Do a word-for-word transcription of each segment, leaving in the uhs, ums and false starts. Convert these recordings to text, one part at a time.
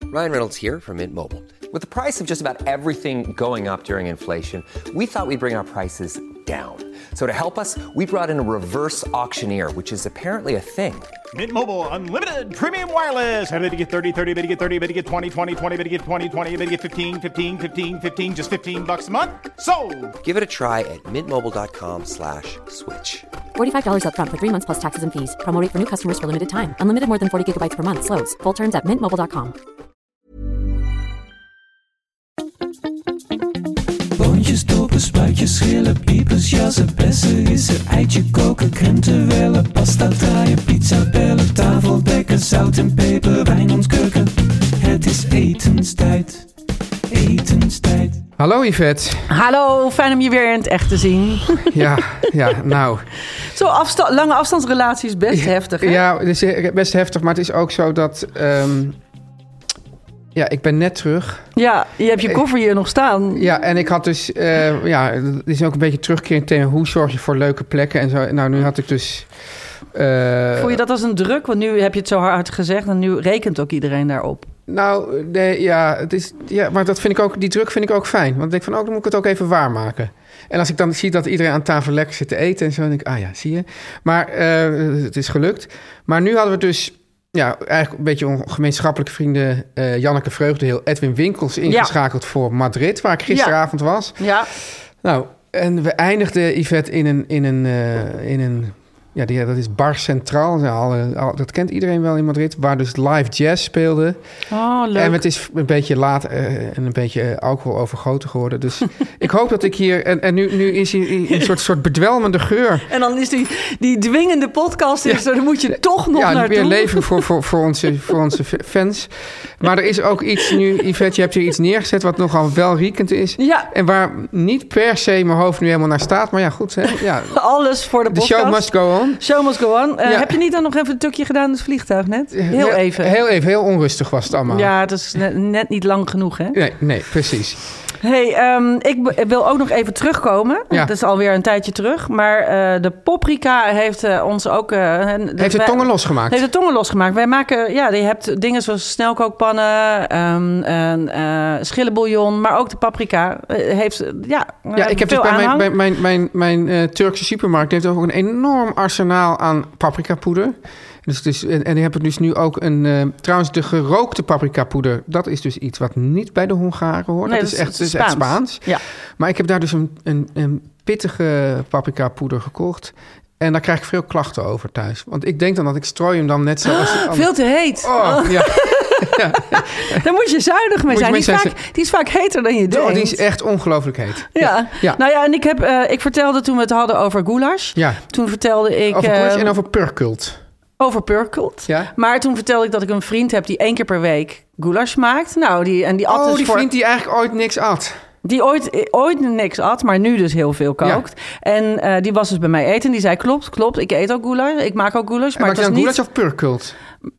Ryan Reynolds here from Mint Mobile. With the price of just about everything going up during inflation, we thought we'd bring our prices down. So to help us, we brought in a reverse auctioneer, which is apparently a thing. Mint Mobile Unlimited Premium Wireless. How to get thirty, thirty, how to get thirty, how to get twenty, twenty, twenty, how to get twenty, twenty, how to get fifteen, fifteen, fifteen, fifteen, just fifteen bucks a month? Sold! Give it a try at mintmobile.com slash switch. forty-five dollars up front for three months plus taxes and fees. Promo rate for new customers for limited time. Unlimited more than forty gigabytes per month. Slows full terms at mint mobile dot com. Boontjes, dopen, spuitjes, schillen, piepers, jassen, bessen, rissen, eitje koken, krenten wellen, pasta draaien, pizza bellen, tafel dekken, zout en peper, wijn ontkurken. Het is etenstijd, etenstijd. Hallo Yvette. Hallo, fijn om je weer in het echt te zien. Ja, ja, nou. Zo afsta- lange afstandsrelatie is best heftig, hè? Ja, het is best heftig, maar het is ook zo dat... Um, ja, ik ben net terug. Ja, je hebt je koffer hier nog staan. Ja, en ik had dus... Uh, ja, het is ook een beetje terugkerend thema. Hoe zorg je voor leuke plekken en zo. Nou, nu had ik dus... Uh, Voel je dat als een druk? Want nu heb je het zo hard gezegd en nu rekent ook iedereen daarop. Nou, nee, ja, het is, ja, maar dat vind ik ook, die druk vind ik ook fijn. Want ik denk van, oh, dan moet ik het ook even waarmaken. En als ik dan zie dat iedereen aan tafel lekker zit te eten en zo, dan denk ik, ah ja, zie je. Maar uh, het is gelukt. Maar nu hadden we dus, ja, eigenlijk een beetje onze gemeenschappelijke vrienden uh, Janneke Vreugdeheel, Edwin Winkels ingeschakeld ja. voor Madrid, waar ik gisteravond ja. was. Ja. Nou, en we eindigden, Yvette, in een, in een, uh, in een ja, die, dat is Bar Centraal. Nou, al, dat kent iedereen wel in Madrid. Waar dus live jazz speelde. Oh, leuk. En het is een beetje laat uh, en een beetje alcohol overgoten geworden. Dus ik hoop dat ik hier... En, en nu, nu is hij een soort, soort bedwelmende geur. En dan is die, die dwingende podcast... Ja. Dan moet je toch nog ja, naartoe. Ja, weer leven voor, voor, voor, onze, voor onze fans. Maar er is ook iets nu... Yvette, je hebt hier iets neergezet wat nogal welriekend is. Ja. En waar niet per se mijn hoofd nu helemaal naar staat. Maar ja, goed. Hè? Ja. Alles voor de podcast. The show must go on. Show must go on. Uh, ja. Heb je niet dan nog even een tukje gedaan in het vliegtuig net? Heel, heel even. Heel even, heel onrustig was het allemaal. Ja, het is net, net niet lang genoeg, hè? Nee, nee, precies. Hey, um, ik b- wil ook nog even terugkomen. Ja. Dat is alweer een tijdje terug. Maar uh, de Poprika heeft uh, ons ook... Uh, heeft de wij, tongen losgemaakt. Heeft de tongen losgemaakt. Wij maken... Ja, je hebt dingen zoals snelkookpannen, um, een uh, schillenbouillon, maar ook de paprika uh, heeft... Ja, ja ik heb dus bij mijn, bij mijn, mijn, mijn uh, Turkse supermarkt heeft ook een enorm arsenaal aan paprikapoeder. Dus, dus, en, en die hebben dus nu ook een... Uh, trouwens, de gerookte paprikapoeder... dat is dus iets wat niet bij de Hongaren hoort. Nee, dat, dat is echt, Spaans. echt Spaans. Ja. Maar ik heb daar dus een, een, een pittige paprikapoeder gekocht. En daar krijg ik veel klachten over thuis. Want ik denk dan dat ik strooi hem dan net zoals... Oh, veel te heet. Oh, oh. Ja. Ja. Daar moet je zuinig mee zijn. Die is, vaak, die is vaak heter dan je denkt. Oh, die is echt ongelooflijk heet. Ja. Ja. ja. Nou ja, en ik, heb, uh, ik vertelde toen we het hadden over goulash. Ja. Toen vertelde ik... Over goulash uh, en over purkult. Over purkult. Ja. Maar toen vertelde ik dat ik een vriend heb die één keer per week goulash maakt. Nou, die, en die at oh, dus die voor... vriend die eigenlijk ooit niks at. Die ooit, ooit niks at, maar nu dus heel veel kookt. Ja. En uh, die was dus bij mij eten. Die zei, klopt, klopt, ik eet ook goulash. Ik maak ook goulash. En maar maak je dan niet... goulash of purkult?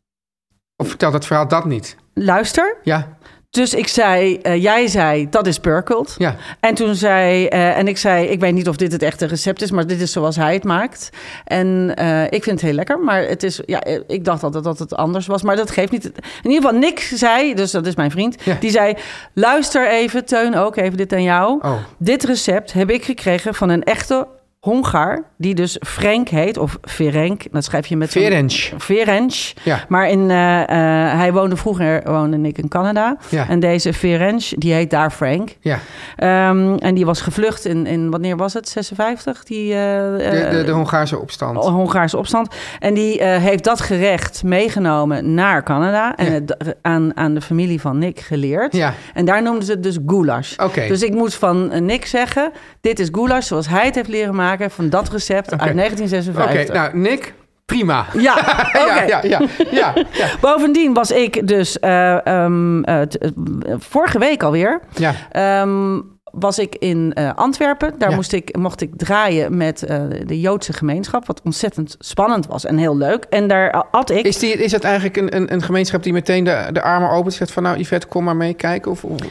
Of vertel dat verhaal dat niet? Luister. Ja. Dus ik zei, uh, jij zei, dat is purkult. Ja. En toen zei, uh, en ik zei, ik weet niet of dit het echte recept is, maar dit is zoals hij het maakt. En uh, ik vind het heel lekker, maar het is, ja, ik dacht altijd dat het anders was, maar dat geeft niet. In ieder geval, Nick zei, dus dat is mijn vriend, ja. die zei, luister even, Teun ook, even dit aan jou. Oh. Dit recept heb ik gekregen van een echte Hongaar, die dus Frank heet, of Ferenc, dat schrijf je met... Ferenc. Ferenc. Ja. Maar in, uh, uh, hij woonde vroeger, woonde ik in Canada. Ja. En deze Ferenc, die heet daar Frank. Ja. Um, en die was gevlucht in, in, wanneer was het, zesenvijftig? Die, uh, de, de, de Hongaarse opstand. De Hongaarse opstand. En die uh, heeft dat gerecht meegenomen naar Canada. En ja. het aan, aan de familie van Nick geleerd. Ja. En daar noemden ze het dus goulash. Okay. Dus ik moet van Nick zeggen, dit is goulash zoals hij het heeft leren maken van dat recept okay. uit negentien zesenvijftig. Oké, okay, nou Nick, prima. Ja, okay. ja, ja, ja, ja, ja. Bovendien was ik dus uh, um, uh, t- uh, vorige week alweer... Ja. Um, was ik in uh, Antwerpen. Daar ja. moest ik, mocht ik draaien met uh, de Joodse gemeenschap... wat ontzettend spannend was en heel leuk. En daar at ik... Is, die, is dat eigenlijk een, een, een gemeenschap die meteen de, de armen openzet... van nou Yvette, kom maar mee kijken? Of, of... Ja,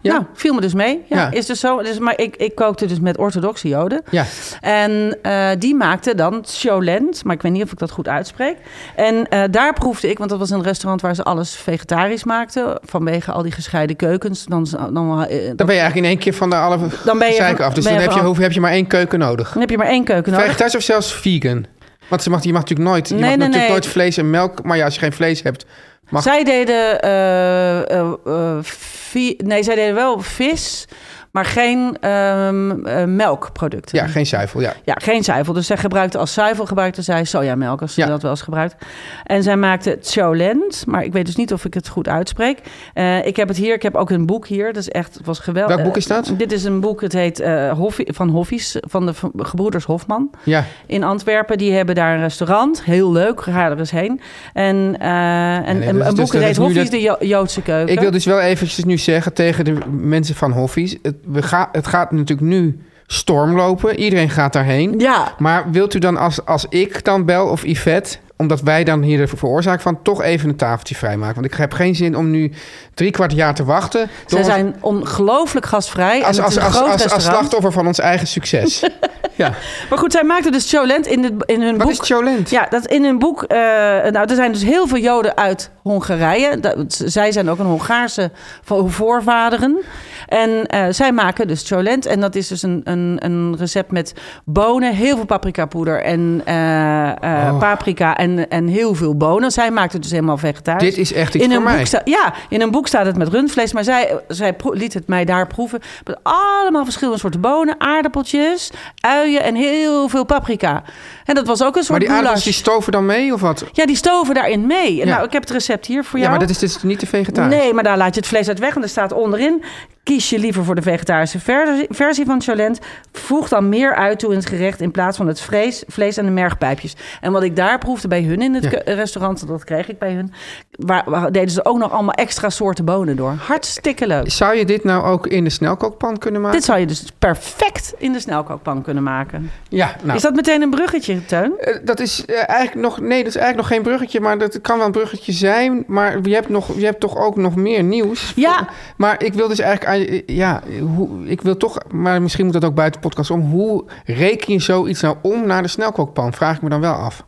Ja. Nou, viel me dus mee. Ja, Ja. Is dus zo. Dus, maar ik, ik kookte dus met orthodoxe Joden. Ja. En uh, die maakte dan cholent, maar ik weet niet of ik dat goed uitspreek. En uh, daar proefde ik, want dat was een restaurant waar ze alles vegetarisch maakten, vanwege al die gescheiden keukens. Dan, dan, dan, uh, Dan ben je eigenlijk in één keer van de alle dan ben je zeiken van- af. Dus ben dan je heb je, van- hoef- heb je maar één keuken nodig. dan heb je maar één keuken nodig. Vegetarisch of zelfs vegan? Want ze mag, je mag natuurlijk nooit, je Nee, mag nee, natuurlijk nee. nooit vlees en melk. Maar ja, als je geen vlees hebt, mag... Zij deden, uh, uh, uh, vi- nee, zij deden wel vis, maar geen um, uh, melkproducten. Ja, geen zuivel, ja. Ja, geen zuivel. Dus zij gebruikte als zuivel gebruikte zij sojamelk, als ze Ja. dat wel eens gebruikt. En zij maakte cholent, maar ik weet dus niet of ik het goed uitspreek. Uh, ik heb het hier, ik heb ook een boek hier. Dat is echt, het was geweldig. Welk boek is dat? Uh, dit is een boek, het heet uh, Hoffie, van Hoffies, van de v- gebroeders Hofman Ja. in Antwerpen. Die hebben daar een restaurant, heel leuk, ga er eens heen. En, uh, en nee, een, dus- een dus boek, dat het is heet nu Hoffies, dat- de Jo- Joodse keuken. Ik wil dus wel eventjes nu zeggen tegen de mensen van Hoffies. Het, we ga, het gaat natuurlijk nu stormlopen. Iedereen gaat daarheen. Ja. Maar wilt u dan als, als ik dan bel of Yvette, omdat wij dan hier de veroorzaak van, toch even een tafeltje vrijmaken? Want ik heb geen zin om nu drie kwart jaar te wachten. Zij Door- zijn ongelooflijk gastvrij. als, en het als, is een als, groot als, als restaurant. slachtoffer van ons eigen succes. Ja. Maar goed, zij maakten dus cholent in, de, in hun Wat boek. is cholent? Ja, dat in hun boek. Uh, nou, er zijn dus heel veel Joden uit Hongarije. Dat, zij zijn ook een Hongaarse vo- voorvaderen. En uh, zij maken dus cholent. En dat is dus een, een, een recept met bonen, heel veel paprikapoeder en uh, uh, Oh. paprika en, en heel veel bonen. Zij maakt het dus helemaal vegetarisch. Dit is echt iets in voor een mij. boek sta- Ja, in een boek staat het met rundvlees. Maar zij, zij pro- liet het mij daar proeven. Met allemaal verschillende soorten bonen, aardappeltjes, uien en heel veel paprika. En dat was ook een soort Maar die aardappels goulash. die stoven dan mee of wat? Ja, die stoven daarin mee. En Ja. Nou, ik heb het recept hier voor Ja, jou. maar dat is dus niet te vegetarisch. Nee, maar daar laat je het vlees uit weg. En er staat onderin: kies je liever voor de vegetarische versie, versie van cholent. Voeg dan meer uit toe in het gerecht in plaats van het vlees, vlees en de mergpijpjes. En wat ik daar proefde bij hun in het Ja. ke- restaurant, dat kreeg ik bij hun, waar, waar deden ze ook nog allemaal extra soorten bonen door. Hartstikke leuk. Zou je dit nou ook in de snelkookpan kunnen maken? Dit zou je dus perfect in de snelkookpan kunnen maken. Ja, nou. Is dat meteen een bruggetje, Teun? Eh, dat is eh, eigenlijk nog... Nee, dat is eigenlijk nog geen bruggetje, maar dat kan wel een bruggetje zijn. Maar je hebt, nog, je hebt toch ook nog meer nieuws? Ja. Maar ik wil dus eigenlijk... aan je- Ja, hoe, ik wil toch... Maar misschien moet dat ook buiten de podcast om. Hoe reken je zoiets nou om naar de snelkookpan? Vraag ik me dan wel af.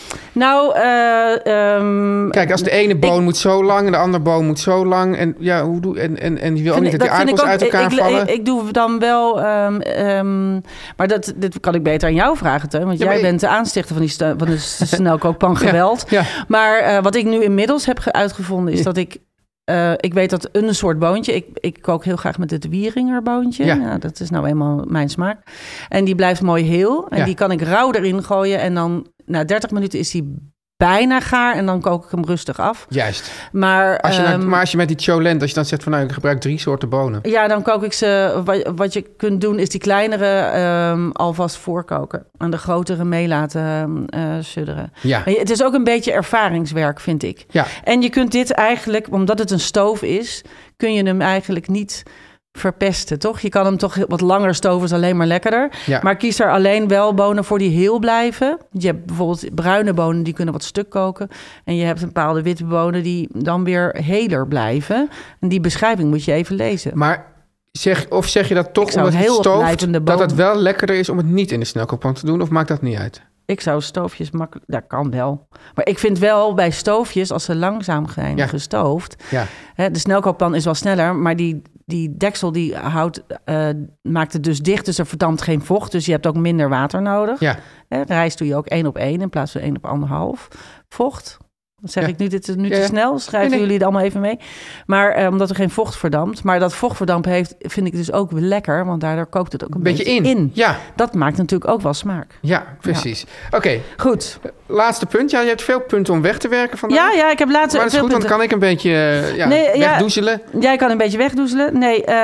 Nou, eh, um, Kijk, als de ene boon moet zo lang en de andere boon moet zo lang. En ja, hoe doe en, en, en je wil ook niet dat die aardappels uit elkaar ik, vallen. Ik, ik doe dan wel... Um, um, maar dat, dit kan ik beter aan jou vragen, Teun. Want Ja, jij maar- bent de aanstichter van, die stu- van de snelkookpan geweld. Ja, ja. Maar uh, wat ik nu inmiddels heb ge- uitgevonden is Ja. dat ik... Uh, ik weet dat een soort boontje... Ik, ik kook heel graag met het wieringerboontje. Ja. Ja, dat is nou eenmaal mijn smaak. En die blijft mooi heel. En Ja. die kan ik rauw erin gooien. En dan na dertig minuten is die bijna gaar. En dan kook ik hem rustig af. Juist. Maar, Als je nou, um, maar als je met die cholent, als je dan zegt van nou, ik gebruik drie soorten bonen. ja, dan kook ik ze... Wat, wat je kunt doen, is die kleinere um, alvast voorkoken. En de grotere mee laten uh, sudderen. Ja. Maar je- het is ook een beetje ervaringswerk, vind ik. Ja. En je kunt dit eigenlijk, omdat het een stoof is... kun je hem eigenlijk niet verpesten, toch? Je kan hem toch wat langer stoven, is alleen maar lekkerder. Ja. Maar kies er alleen wel bonen voor die heel blijven. Je hebt bijvoorbeeld bruine bonen, die kunnen wat stuk koken. En je hebt een bepaalde witte bonen die dan weer heler blijven. En die beschrijving moet je even lezen. Maar zeg, of zeg je dat toch Ik zou omdat het heel stooft, blijvende dat het boom- wel lekkerder is om het niet in de snelkookpan te doen? Of maakt dat niet uit? Ik zou stoofjes makkelijk... Dat kan wel. Maar ik vind wel bij stoofjes, als ze langzaam zijn Ja. gestoofd... Ja. Hè, de snelkookpan is wel sneller, maar die, die deksel die houdt, uh, maakt het dus dicht. Dus er verdampt geen vocht. Dus je hebt ook minder water nodig. Ja. Hè, rijst doe je ook één op één in plaats van één op anderhalf vocht. Wat zeg Ja. ik nu? Dit is nu Ja, te ja. snel. Schrijven Nee, nee. jullie het allemaal even mee. Maar uh, omdat er geen vocht verdampt. Maar dat vochtverdamp heeft, vind ik dus ook weer lekker. Want daardoor kookt het ook een, Een beetje in. Ja. Dat maakt natuurlijk ook wel smaak. Ja, precies. Oké, Goed. laatste punt. Ja, je hebt veel punten om weg te werken vandaag. Ja, ja, ik heb laatst... Maar dat is veel goed, want punten. dan kan ik een beetje uh, ja, Nee, ja. wegdoezelen. Jij kan een beetje wegdoezelen. Nee, uh,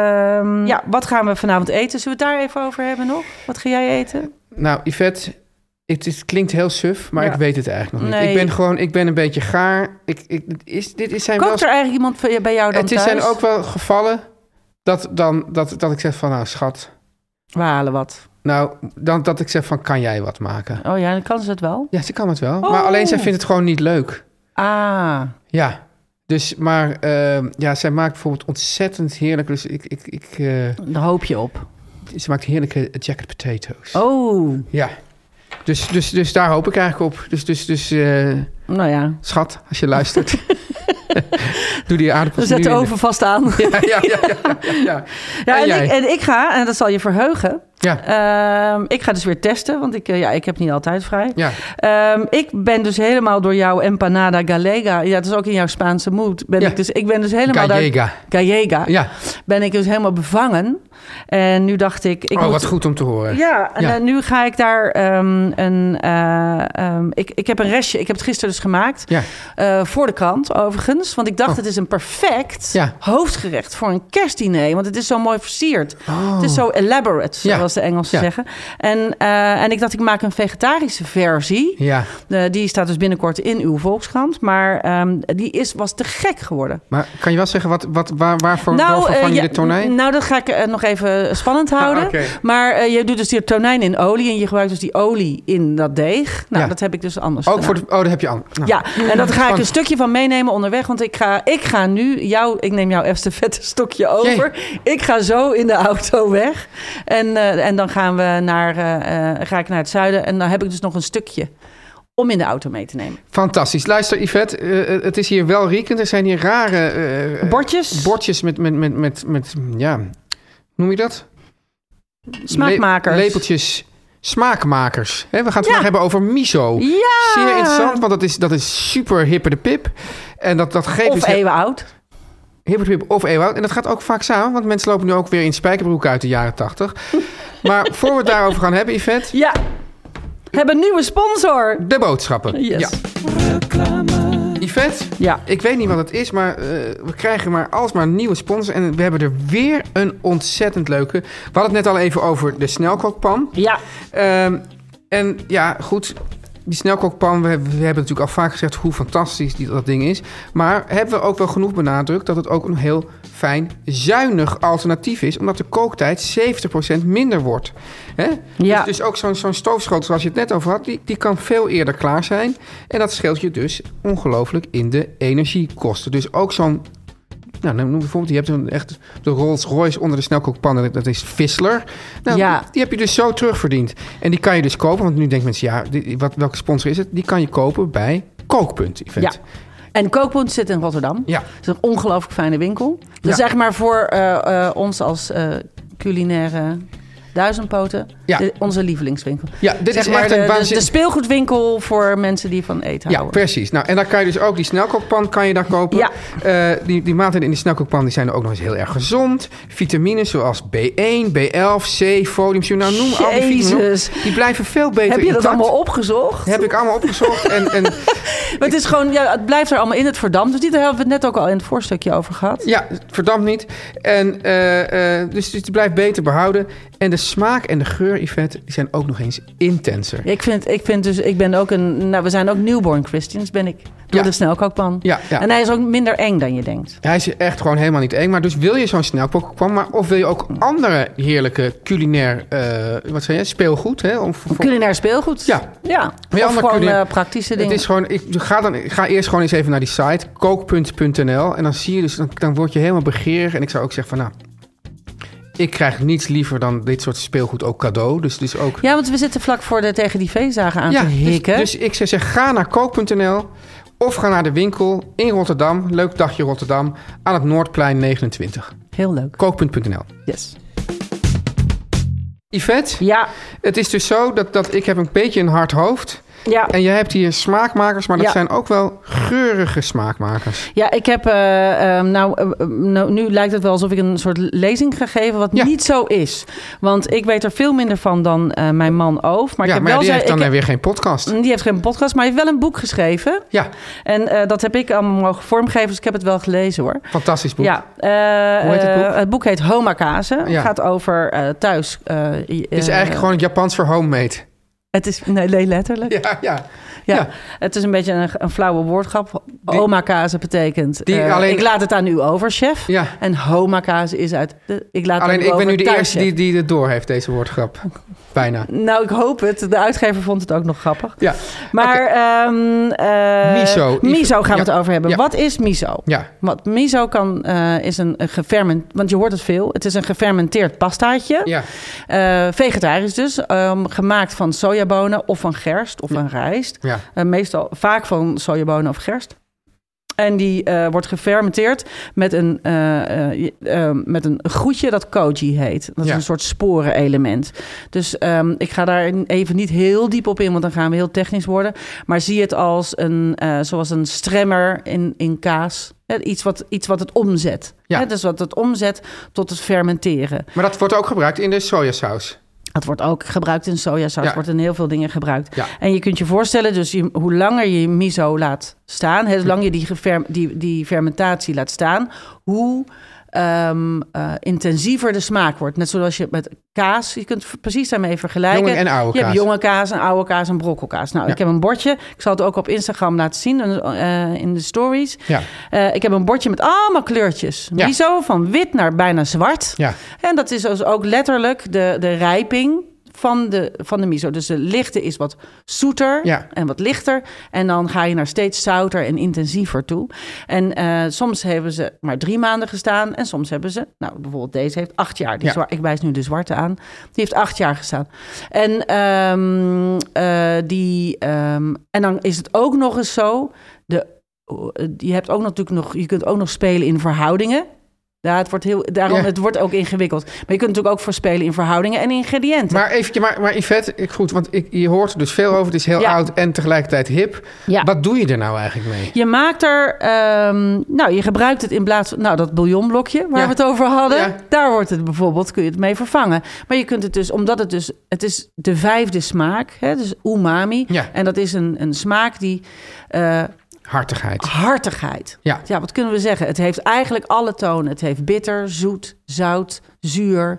ja, wat gaan we vanavond eten? Zullen we het daar even over hebben nog? Wat ga jij eten? Nou, Yvette, het, is, klinkt heel suf, maar Ja. ik weet het eigenlijk nog niet. Nee. Ik ben gewoon, ik ben een beetje gaar. Ik, ik, is, dit is zijn wel... Kookt er eigenlijk iemand bij jou dan Het is, thuis? zijn ook wel gevallen dat, dan, dat, dat ik zeg van, nou schat... We halen wat. Nou, dan dat ik zeg van, kan jij wat maken? Oh ja, dan kan ze het wel. Ja, ze kan het wel. Oh. Maar alleen zij vindt het gewoon niet leuk. Ah, Ja. Dus, maar uh, ja, zij maakt bijvoorbeeld ontzettend heerlijk... Dus ik, ik, ik, uh, Daar hoop je op. Ze maakt heerlijke jacket potatoes. Oh. Ja. Dus, dus, dus daar hoop ik eigenlijk op. Dus, dus, dus uh, nou ja. Schat, als je luistert... Doe die aardappels Zet de oven vast aan. Ja, ja, ja. ja, ja. ja en, en, ik, en ik ga, en dat zal je verheugen... Ja. Um, ik ga dus weer testen, want ik, uh, ja, ik heb niet altijd vrij. Ja. Um, ik ben dus helemaal door jouw empanada gallega... Ja, dat is ook in jouw Spaanse mood. Ben ja. ik, dus, ik ben dus helemaal... Gallega. Daar, gallega. Ja. Ben ik dus helemaal bevangen. En nu dacht ik... ik oh, moet, wat goed om te horen. Ja, en ja. uh, nu ga ik daar um, een... Uh, um, ik, ik heb een restje, ik heb het gisteren dus gemaakt. Ja. Uh, voor de krant, overigens. Want ik dacht, oh. het is een perfect ja. hoofdgerecht voor een kerstdiner. Want het is zo mooi versierd. Oh. Het is zo elaborate, zoals ja. de Engelsen ja. zeggen. En, uh, en ik dacht, ik maak een vegetarische versie. Ja. Uh, die staat dus binnenkort in uw Volkskrant. Maar um, die is, was te gek geworden. Maar kan je wel zeggen, wat, wat, waar, waarvoor nou, uh, je ja, de tonijn? Nou, dat ga ik uh, nog even spannend houden. Ah, okay. Maar uh, je doet dus die tonijn in olie. En je gebruikt dus die olie in dat deeg. Nou, ja. dat heb ik dus anders Ook gedaan. voor de, oh, dat heb je aan. Nou. Ja, en dat ga ik een stukje van meenemen onderweg. Want ik ga, ik ga nu jou... Ik neem jouw estafette stokje over. Jee. Ik ga zo in de auto weg. En, uh, en dan gaan we naar... Uh, Uh, ga ik naar het zuiden en dan heb ik dus nog een stukje om in de auto mee te nemen. Fantastisch. Luister Yvette, uh, het is hier wel riekend. Er zijn hier rare... Uh, bordjes? Bordjes met, met, met, met, met, ja, noem je dat? Smaakmakers. Le- lepeltjes smaakmakers. He, we gaan het vandaag ja. hebben over miso. Ja! Zeer interessant, want dat is, dat is super hippe de pip. En dat, dat geeft of dus eeuwen oud. Hippe of eeuwoud. En dat gaat ook vaak samen, want mensen lopen nu ook weer in spijkerbroeken uit de jaren tachtig. Maar voor we het daarover gaan hebben, Yvette... Ja, we hebben een nieuwe sponsor. De boodschappen. Yes. Ja. Yvette, ja. ik weet niet wat het is, maar uh, we krijgen maar alsmaar nieuwe sponsors. En we hebben er weer een ontzettend leuke. We hadden het net al even over de snelkookpan. Ja. Um, en ja, goed... Die snelkookpan, we hebben, we hebben natuurlijk al vaak gezegd hoe fantastisch die, dat ding is. Maar hebben we ook wel genoeg benadrukt dat het ook een heel fijn, zuinig alternatief is. Omdat de kooktijd zeventig procent minder wordt. Hè? Ja. Dus, dus ook zo'n, zo'n stoofschotel zoals je het net over had, die, die kan veel eerder klaar zijn. En dat scheelt je dus ongelooflijk in de energiekosten. Dus ook zo'n... Nou, noem bijvoorbeeld, je hebt een echt de Rolls-Royce onder de snelkookpan. Dat is Vissler. Nou, ja. die heb je dus zo terugverdiend. En die kan je dus kopen. Want nu denken mensen, ja, die, wat, welke sponsor is het? Die kan je kopen bij Kookpunt. Ja. En Kookpunt zit in Rotterdam. Ja. Het is een ongelooflijk fijne winkel. Dat ja. is zeg maar voor uh, uh, ons als uh, culinaire... Duizendpoten, ja. de, onze lievelingswinkel. Ja, dit zeg is maar echt de, een waanzin... de speelgoedwinkel voor mensen die van eten houden. Ja, precies. Nou, en dan kan je dus ook die snelkookpan kan je daar kopen. Ja. Uh, die, die maaltijden in die snelkookpan die zijn ook nog eens heel erg gezond. Vitamines zoals B één, B elf, C, folium. Nou, noem al die vitamines. Die blijven veel beter. Heb je intact. dat allemaal opgezocht? Heb ik allemaal opgezocht. en, en, maar het is gewoon, ja, het blijft er allemaal in. Het verdampt. Dus die daar hebben we het net ook al in het voorstukje over gehad. Ja, het verdampt niet. En uh, uh, dus, dus die blijft beter behouden. En de smaak en de geur, Yvette, die zijn ook nog eens intenser. Ik vind, ik vind dus, ik ben ook een, nou, we zijn ook newborn Christians, ben ik. Door ja. de snelkookpan. Ja, ja. En hij is ook minder eng dan je denkt. Hij is echt gewoon helemaal niet eng. Maar dus wil je zo'n snelkookpan, maar of wil je ook andere heerlijke culinair, uh, wat zei je, speelgoed? Hè? Of, of, culinair speelgoed? Ja. Ja, of gewoon culinair, uh, praktische dingen. Het is gewoon, ik ga, dan, ik ga eerst gewoon eens even naar die site, kookpunt punt n l. En dan zie je dus, dan, dan word je helemaal begeerig. En ik zou ook zeggen van, nou... Ik krijg niets liever dan dit soort speelgoed ook cadeau. Dus, dus ook... Ja, want we zitten vlak voor de tegen die feestdagen aan ja, te hikken. Dus, dus ik zou zeggen, ga naar kook punt n l of ga naar de winkel in Rotterdam. Leuk dagje Rotterdam. Aan het Noordplein negenentwintig. Heel leuk. kookpunt punt n l. Yes. Yvette? Ja? Het is dus zo dat, dat ik heb een beetje een hard hoofd. Ja. En jij hebt hier smaakmakers, maar dat ja. zijn ook wel geurige smaakmakers. Ja, ik heb... Uh, uh, nou, uh, nou, nu lijkt het wel alsof ik een soort lezing ga geven, wat ja. niet zo is. Want ik weet er veel minder van dan uh, mijn man Oof. Maar ja, ik heb maar wel die zei, heeft dan ik heb, weer geen podcast. Die heeft geen podcast, maar hij heeft wel een boek geschreven. Ja. En uh, dat heb ik allemaal mogen vormgeven, dus ik heb het wel gelezen, hoor. Fantastisch boek. Ja. Uh, Hoe heet het boek? Uh, het boek heet Homakase. Het ja. gaat over uh, thuis. Uh, het is uh, eigenlijk gewoon het Japans voor homemade. Het is, nee, nee, letterlijk. Ja, ja. Ja, Ja. het is een beetje een, een flauwe woordgrap. Die- Omakase betekent, Die uh, alleen- ik laat het aan u over, chef. Ja. En homakase is uit, de, ik laat Alleen het ik over ben nu de thuis, eerste chef. die, die het door heeft, deze woordgrap. Bijna. Nou, ik hoop het. De uitgever vond het ook nog grappig. Ja. Maar ehm eh, Miso. miso gaan we Ja. het over hebben. Ja. Wat is miso? Ja. Wat miso kan, eh, is een, een gefermenteerd... Want je hoort het veel. Het is een gefermenteerd pastaatje. Ja. Eh, vegetarisch dus. Um, gemaakt van sojabonen of van gerst of van rijst. Ja. Uh, meestal vaak van sojabonen of gerst. En die uh, wordt gefermenteerd met een, uh, uh, uh, met een groetje dat koji heet. Dat is Ja. een soort sporenelement. Dus um, ik ga daar even niet heel diep op in, want dan gaan we heel technisch worden. Maar zie het als een, uh, zoals een stremmer in, in kaas. Hè, iets, wat, iets wat het omzet. Ja. Hè, dus wat het omzet tot het fermenteren. Maar dat wordt ook gebruikt in de sojasaus. Het wordt ook gebruikt in sojasaus. Ja. Wordt in heel veel dingen gebruikt. Ja. En je kunt je voorstellen, dus je, hoe langer je miso laat staan... Hè, hoe langer je die, gefer, die, die fermentatie laat staan... hoe um, uh, intensiever de smaak wordt. Net zoals je met kaas... Je kunt precies daarmee vergelijken. Jonge en oude je kaas. hebt jonge kaas, en oude kaas en brokkelkaas. Nou, Ja. ik heb een bordje. Ik zal het ook op Instagram laten zien uh, in de stories. Ja. Uh, ik heb een bordje met allemaal kleurtjes. Ja. Miso van wit naar bijna zwart. Ja. En dat is dus ook letterlijk de, de rijping van de, van de miso. Dus de lichte is wat zoeter Ja. en wat lichter. En dan ga je naar steeds zouter en intensiever toe. En uh, soms hebben ze maar drie maanden gestaan. En soms hebben ze, nou bijvoorbeeld deze heeft acht jaar. Die Ja. zwa- ik wijs nu de zwarte aan. Die heeft acht jaar gestaan. En, um, uh, die, um, en dan is het ook nog eens zo... De, je hebt ook natuurlijk nog, je kunt ook nog spelen in verhoudingen. Ja, het wordt heel, daarom, Ja. het wordt ook ingewikkeld. Maar je kunt natuurlijk ook voorspelen in verhoudingen en ingrediënten. Maar eventjes, maar, maar Yvette, ik, goed, want ik, je hoort er dus veel over. Het is heel Ja. oud en tegelijkertijd hip. Ja. Wat doe je er nou eigenlijk mee? Je maakt er, um, nou, je gebruikt het in plaats van, nou, dat bouillonblokje waar Ja. we het over hadden. Ja. Daar wordt het bijvoorbeeld, kun je het mee vervangen. Maar je kunt het dus, omdat het dus, het is de vijfde smaak, hè, dus umami. Ja. En dat is een, een smaak die... Uh, Hartigheid. Hartigheid. Ja. ja, wat kunnen we zeggen? Het heeft eigenlijk alle tonen. Het heeft bitter, zoet, zout, zuur.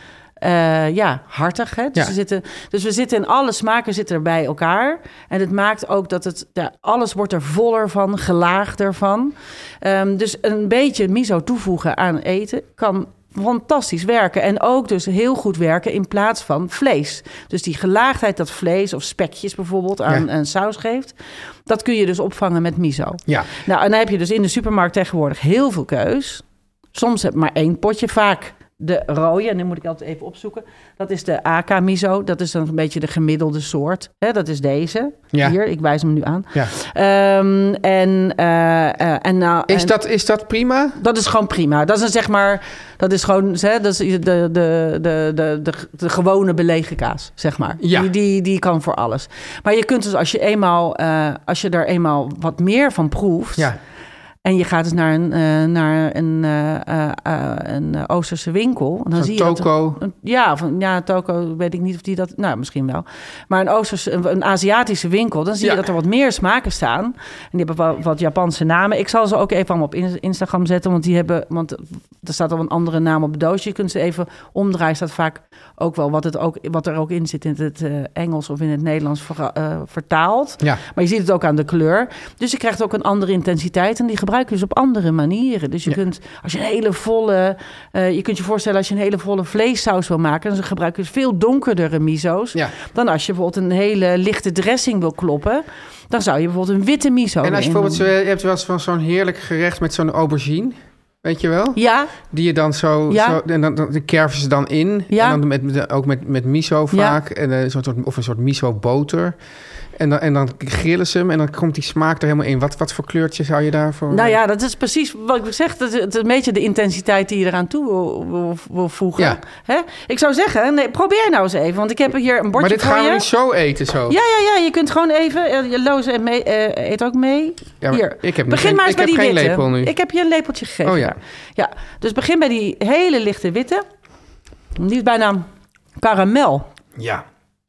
Uh, ja, hartig. Hè? Dus, Ja. we zitten, dus we zitten in alle smaken zitten er bij elkaar. En het maakt ook dat het... Ja, alles wordt er voller van, gelaagder van. Um, dus een beetje miso toevoegen aan eten kan fantastisch werken. En ook dus heel goed werken in plaats van vlees. Dus die gelaagdheid dat vlees of spekjes bijvoorbeeld aan Ja. een saus geeft... dat kun je dus opvangen met miso. Ja. Nou, en dan heb je dus in de supermarkt tegenwoordig heel veel keus. Soms heb je maar één potje, vaak de rode. En nu moet ik altijd even opzoeken. Dat is de A K miso. Dat is dan een beetje de gemiddelde soort. Hè, dat is deze. Ja. Hier, ik wijs hem nu aan. Ja. Um, en, uh, uh, en nou, Is, en, dat, is dat prima? dat is gewoon prima. Dat is een, zeg maar, dat is gewoon hè, dat is de, de, de, de, de, de gewone belegen kaas, zeg maar. Ja. Die, die, die kan voor alles. Maar je kunt dus als je eenmaal, uh, als je daar eenmaal wat meer van proeft. Ja. En je gaat dus naar een, uh, naar een, uh, uh, uh, een Oosterse winkel. En dan Zo'n zie je dat er- toko. een- ja, van, ja, toko, weet ik niet of die dat... Nou, misschien wel. Maar een Oosterse, een, een Aziatische winkel... dan zie je Ja. dat er wat meer smaken staan. En die hebben wel wat Japanse namen. Ik zal ze ook even allemaal op in- Instagram zetten... want die hebben... want er staat al een andere naam op het doosje. Je kunt ze even omdraaien. Staat vaak ook wel wat, het ook, wat er ook in zit... in het uh, Engels of in het Nederlands ver, uh, vertaald. Ja. Maar je ziet het ook aan de kleur. Dus je krijgt ook een andere intensiteit. En die gebruik je dus op andere manieren. Dus je Ja. kunt, als je een hele volle... Uh, je kunt je voorstellen, als je een hele volle vleessaus wil maken... dan gebruik je dus veel donkerdere miso's... Ja. dan als je bijvoorbeeld een hele lichte dressing wil kloppen... dan zou je bijvoorbeeld een witte miso En als je erin bijvoorbeeld, doen. zo- je hebt wel eens van zo'n heerlijk gerecht met zo'n aubergine, weet je wel? Ja, Die je dan zo, Ja. zo en dan, dan die kerven ze dan in. Ja. En dan met, met, ook met, met miso Ja. vaak. En, een soort, of een soort miso boter. En dan, en dan grillen ze hem en dan komt die smaak er helemaal in. Wat, wat voor kleurtje zou je daarvoor... nou ja, dat is precies wat ik zeg. Dat is, het is een beetje de intensiteit die je eraan toe wil, wil, wil voegen. Ja. Hè? Ik zou zeggen, nee, probeer nou eens even. Want ik heb hier een bordje Maar dit voor gaan we je. niet zo eten, zo. Ja, ja, ja. Je kunt gewoon even... eh, Je Loos en mee, eh, eet ook mee. Ja, maar Hier. ik heb begin geen- maar eens ik bij heb die geen witte. lepel nu. Ik heb je een lepeltje gegeven. Oh ja. Ja, dus begin bij die hele lichte witte. Die is bijna karamel. Ja.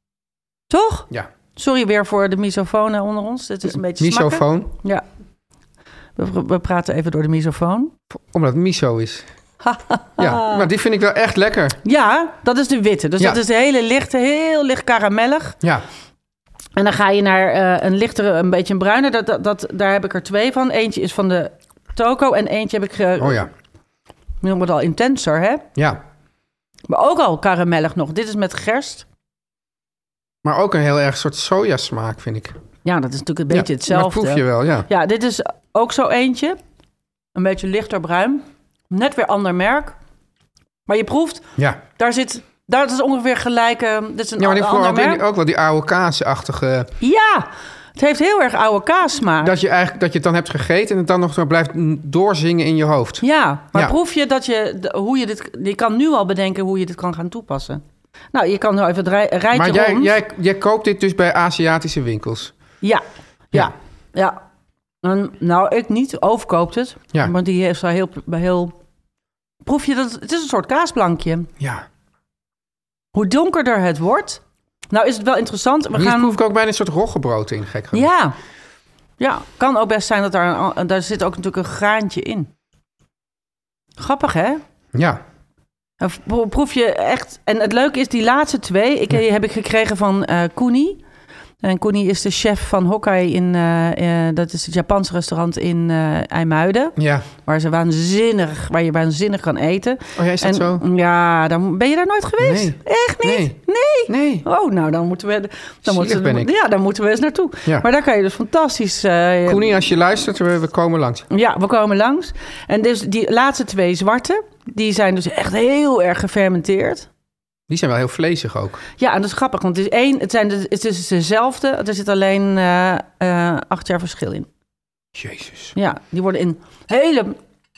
Toch? Ja. Sorry weer voor de misofoon onder ons. Het is een beetje smakken. Misofoon, Ja. We, we praten even door de misofoon. omdat het miso is. Ja, maar die vind ik wel echt lekker. Ja, dat is de witte. Dus Ja. dat is de hele lichte, heel licht karamellig. Ja. En dan ga je naar uh, een lichtere, een beetje een bruine. Dat, dat, dat, daar heb ik er twee van. Eentje is van de toko en eentje heb ik... Uh, oh ja. Nu wordt het al intenser, hè? Ja. Maar ook al karamellig nog. Dit is met gerst. Maar ook een heel erg soort sojasmaak, vind ik. Ja, dat is natuurlijk een beetje ja, hetzelfde. Dat proef je wel, ja. Ja, dit is ook zo eentje. Een beetje lichter bruin. Net weer ander merk. Maar je proeft, ja. daar zit... Daar is ongeveer gelijk... Uh, dit is een ja, maar ik ander voel merk. ook wel die oude kaasachtige... Ja, het heeft heel erg oude kaassmaak. Dat je eigenlijk dat je het dan hebt gegeten en het dan nog zo blijft doorzingen in je hoofd. Ja, maar ja. proef je dat je... De, hoe je dit... Je kan nu al bedenken hoe je dit kan gaan toepassen. Nou, je kan nou even het rij, rijtje maar jij, rond. jij, jij koopt dit dus bij Aziatische winkels? Ja, ja, ja. ja. En, nou, ik niet. Oof koopt het. Ja. Maar die heeft daar heel, heel... Proef je dat... Het is een soort kaasplankje. Ja. Hoe donkerder het wordt... Nou, is het wel interessant. We Hier gaan... proef ik ook bijna een soort roggebrood in, gek genoeg. Ja. Ja, kan ook best zijn dat daar... Een, daar zit ook natuurlijk een graantje in. Grappig, hè? Ja. Dan proef je echt... En het leuke is, die laatste twee... Ik, die heb ik gekregen van uh, Kuni. En Kuni is de chef van Hokkai in... Uh, uh, dat is het Japanse restaurant in uh, IJmuiden. Ja. Waar ze waanzinnig... Waar je waanzinnig kan eten. Oh ja, is dat en, zo? Ja, dan, ben je daar nooit geweest? Nee. Echt niet? Nee. Nee? Nee. Oh, nou, dan moeten we... Dan moeten, ben ik. Ja, dan moeten we eens naartoe. Ja. Maar daar kan je dus fantastisch... Uh, Kuni, als je luistert, we, we komen langs. Ja, we komen langs. En dus die laatste twee zwarte... Die zijn dus echt heel erg gefermenteerd. Die zijn wel heel vlezig ook. Ja, en dat is grappig, want het is één, het, zijn de, het is dezelfde. Er zit alleen uh, uh, acht jaar verschil in. Jezus. Ja, die worden in hele...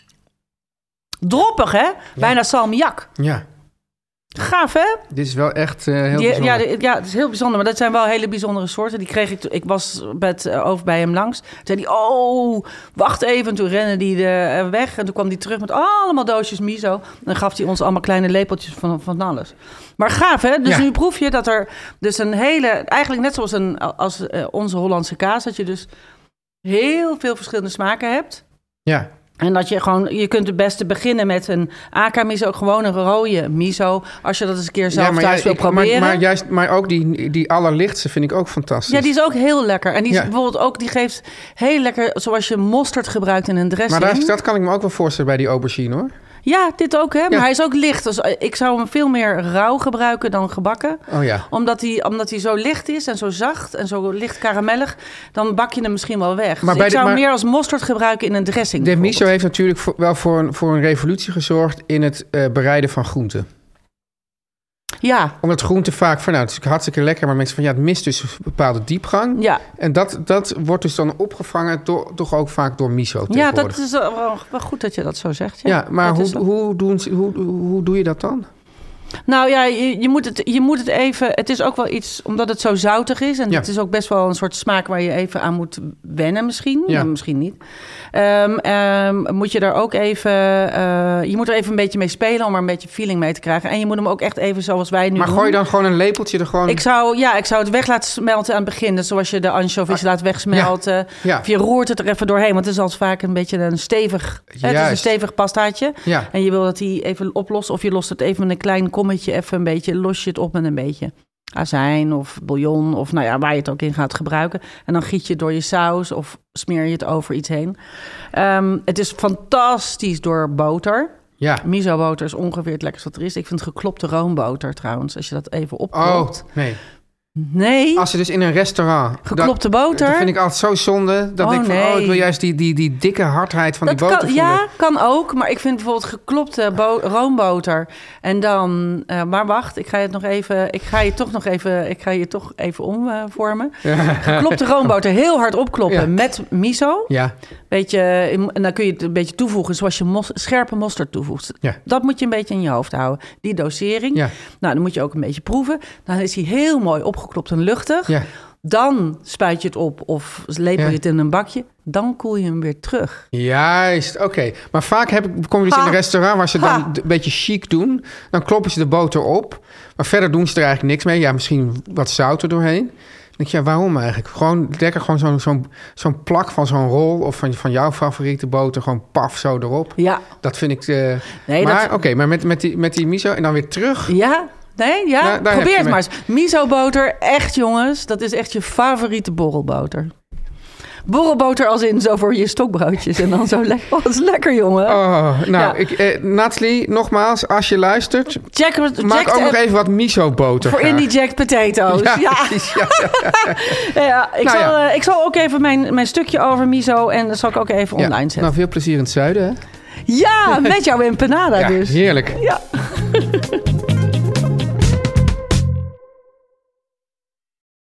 Droppig, hè? Ja. Bijna salmiak. Ja. Gaaf, hè? Dit is wel echt uh, heel die, bijzonder. Ja, de, ja, het is heel bijzonder. Maar dat zijn wel hele bijzondere soorten. Die kreeg ik... Ik was met, uh, over bij hem langs. Toen zei hij, oh, wacht even. En toen rende hij de, uh, weg. En toen kwam hij terug met allemaal doosjes miso. En dan gaf hij ons allemaal kleine lepeltjes van, van alles. Maar gaaf, hè? Dus ja. Nu proef je dat er dus een hele... Eigenlijk net zoals een, als uh, onze Hollandse kaas... dat je dus heel veel verschillende smaken hebt. Ja. En dat je gewoon, je kunt het beste beginnen met een aka-miso, gewoon een rode miso. Als je dat eens een keer zelf ja, thuis wil proberen. Maar, maar, juist, maar ook die, die allerlichtste vind ik ook fantastisch. Ja, die is ook heel lekker. En die is ja. bijvoorbeeld ook, die geeft heel lekker, zoals je mosterd gebruikt in een dressing. Maar daar, dat kan ik me ook wel voorstellen bij die aubergine, hoor. Ja, dit ook, hè? Maar ja. hij is ook licht. Dus ik zou hem veel meer rauw gebruiken dan gebakken. Oh ja. Omdat hij, omdat hij zo licht is en zo zacht en zo licht karamellig... dan bak je hem misschien wel weg. Maar dus ik de, zou hem maar, meer als mosterd gebruiken in een dressing. De miso heeft natuurlijk voor, wel voor een, voor een revolutie gezorgd... in het uh, bereiden van groenten. Ja. Omdat groenten vaak van, nou, het is hartstikke lekker... maar mensen van, ja, het mist dus een bepaalde diepgang. Ja. En dat, dat wordt dus dan opgevangen door, toch ook vaak door miso tegenwoordig. Ja, dat is wel, wel goed dat je dat zo zegt. Ja, ja maar hoe, hoe, doen, hoe, hoe doe je dat dan? Nou ja, je, je, moet het, je moet het even... Het is ook wel iets, omdat het zo zoutig is... en ja. het is ook best wel een soort smaak waar je even aan moet wennen misschien. Ja. Nou, misschien niet. Um, um, moet je daar ook even... Uh, je moet er even een beetje mee spelen om er een beetje feeling mee te krijgen. En je moet hem ook echt even zoals wij nu maar doen. gooi je dan gewoon een lepeltje er gewoon... Ik zou, ja, ik zou het weg laten smelten aan het begin. Dus zoals je de anchovies ah, laat wegsmelten. Ja. Ja. Of je roert het er even doorheen. Want het is als vaak een beetje een stevig... Het is een stevig pastaatje. Ja. En je wil dat die even oplost. Of je lost het even met een klein kommetje even een beetje... los je het op met een beetje azijn of bouillon of nou ja, waar je het ook in gaat gebruiken. En dan giet je het door je saus of smeer je het over iets heen. Um, het is fantastisch door boter. Ja. Miso-boter is ongeveer het lekkerste wat er is. Ik vind geklopte roomboter trouwens, als je dat even opklopt. Oh, nee. Nee. Als je dus in een restaurant... Geklopte dat, boter. Dat vind ik altijd zo zonde. Dat oh, ik van, nee. oh, ik wil juist die, die, die dikke hardheid van dat die boter kan, voelen. Ja, kan ook. Maar ik vind bijvoorbeeld geklopte bo- roomboter. En dan... Uh, maar wacht, ik ga je het nog even... Ik ga je toch nog even... Ik ga je toch even omvormen. Uh, ja. Geklopte roomboter heel hard opkloppen ja. met miso. Ja. Beetje, en dan kun je het een beetje toevoegen zoals je mos, scherpe mosterd toevoegt. Ja. Dat moet je een beetje in je hoofd houden. Die dosering. Ja. Nou, dan moet je ook een beetje proeven. Dan is hij heel mooi opgeklopt en luchtig. Ja. Dan spuit je het op of lepel je ja. het in een bakje. Dan koel je hem weer terug. Juist, oké. Okay. Maar vaak heb ik, kom je dus ha. in een restaurant waar ze dan ha. een beetje chic doen. Dan kloppen ze de boter op. Maar verder doen ze er eigenlijk niks mee. Ja, misschien wat zout er doorheen. Dan denk je, ja, waarom eigenlijk? Gewoon lekker gewoon zo'n, zo'n, zo'n plak van zo'n rol... of van, van jouw favoriete boter, gewoon paf zo erop. Ja. Dat vind ik... Uh, nee, maar dat... oké, okay, maar met, met, die, met die miso en dan weer terug... Ja. Nee? Ja? Nou, daar heb Probeer je het me. maar eens. Miso-boter, echt jongens, dat is echt je favoriete borrelboter. Borrelboter als in zo voor je stokbroodjes. En dan zo lekker. Oh, dat is lekker, jongen. Oh, nou, Ja. ik, eh, Nathalie, nogmaals, als je luistert... Check, maak check ook nog de- even wat miso-boter. Voor graag. Indie Jacked Potatoes. Ja, ja. precies, ja, ja. Ja, ik, Nou zal, ja. eh, ik zal ook even mijn, mijn stukje over miso... en dat zal ik ook even Ja. online zetten. Nou, veel plezier in het zuiden, hè? Ja, met jouw empanada Ja, dus. heerlijk. Ja.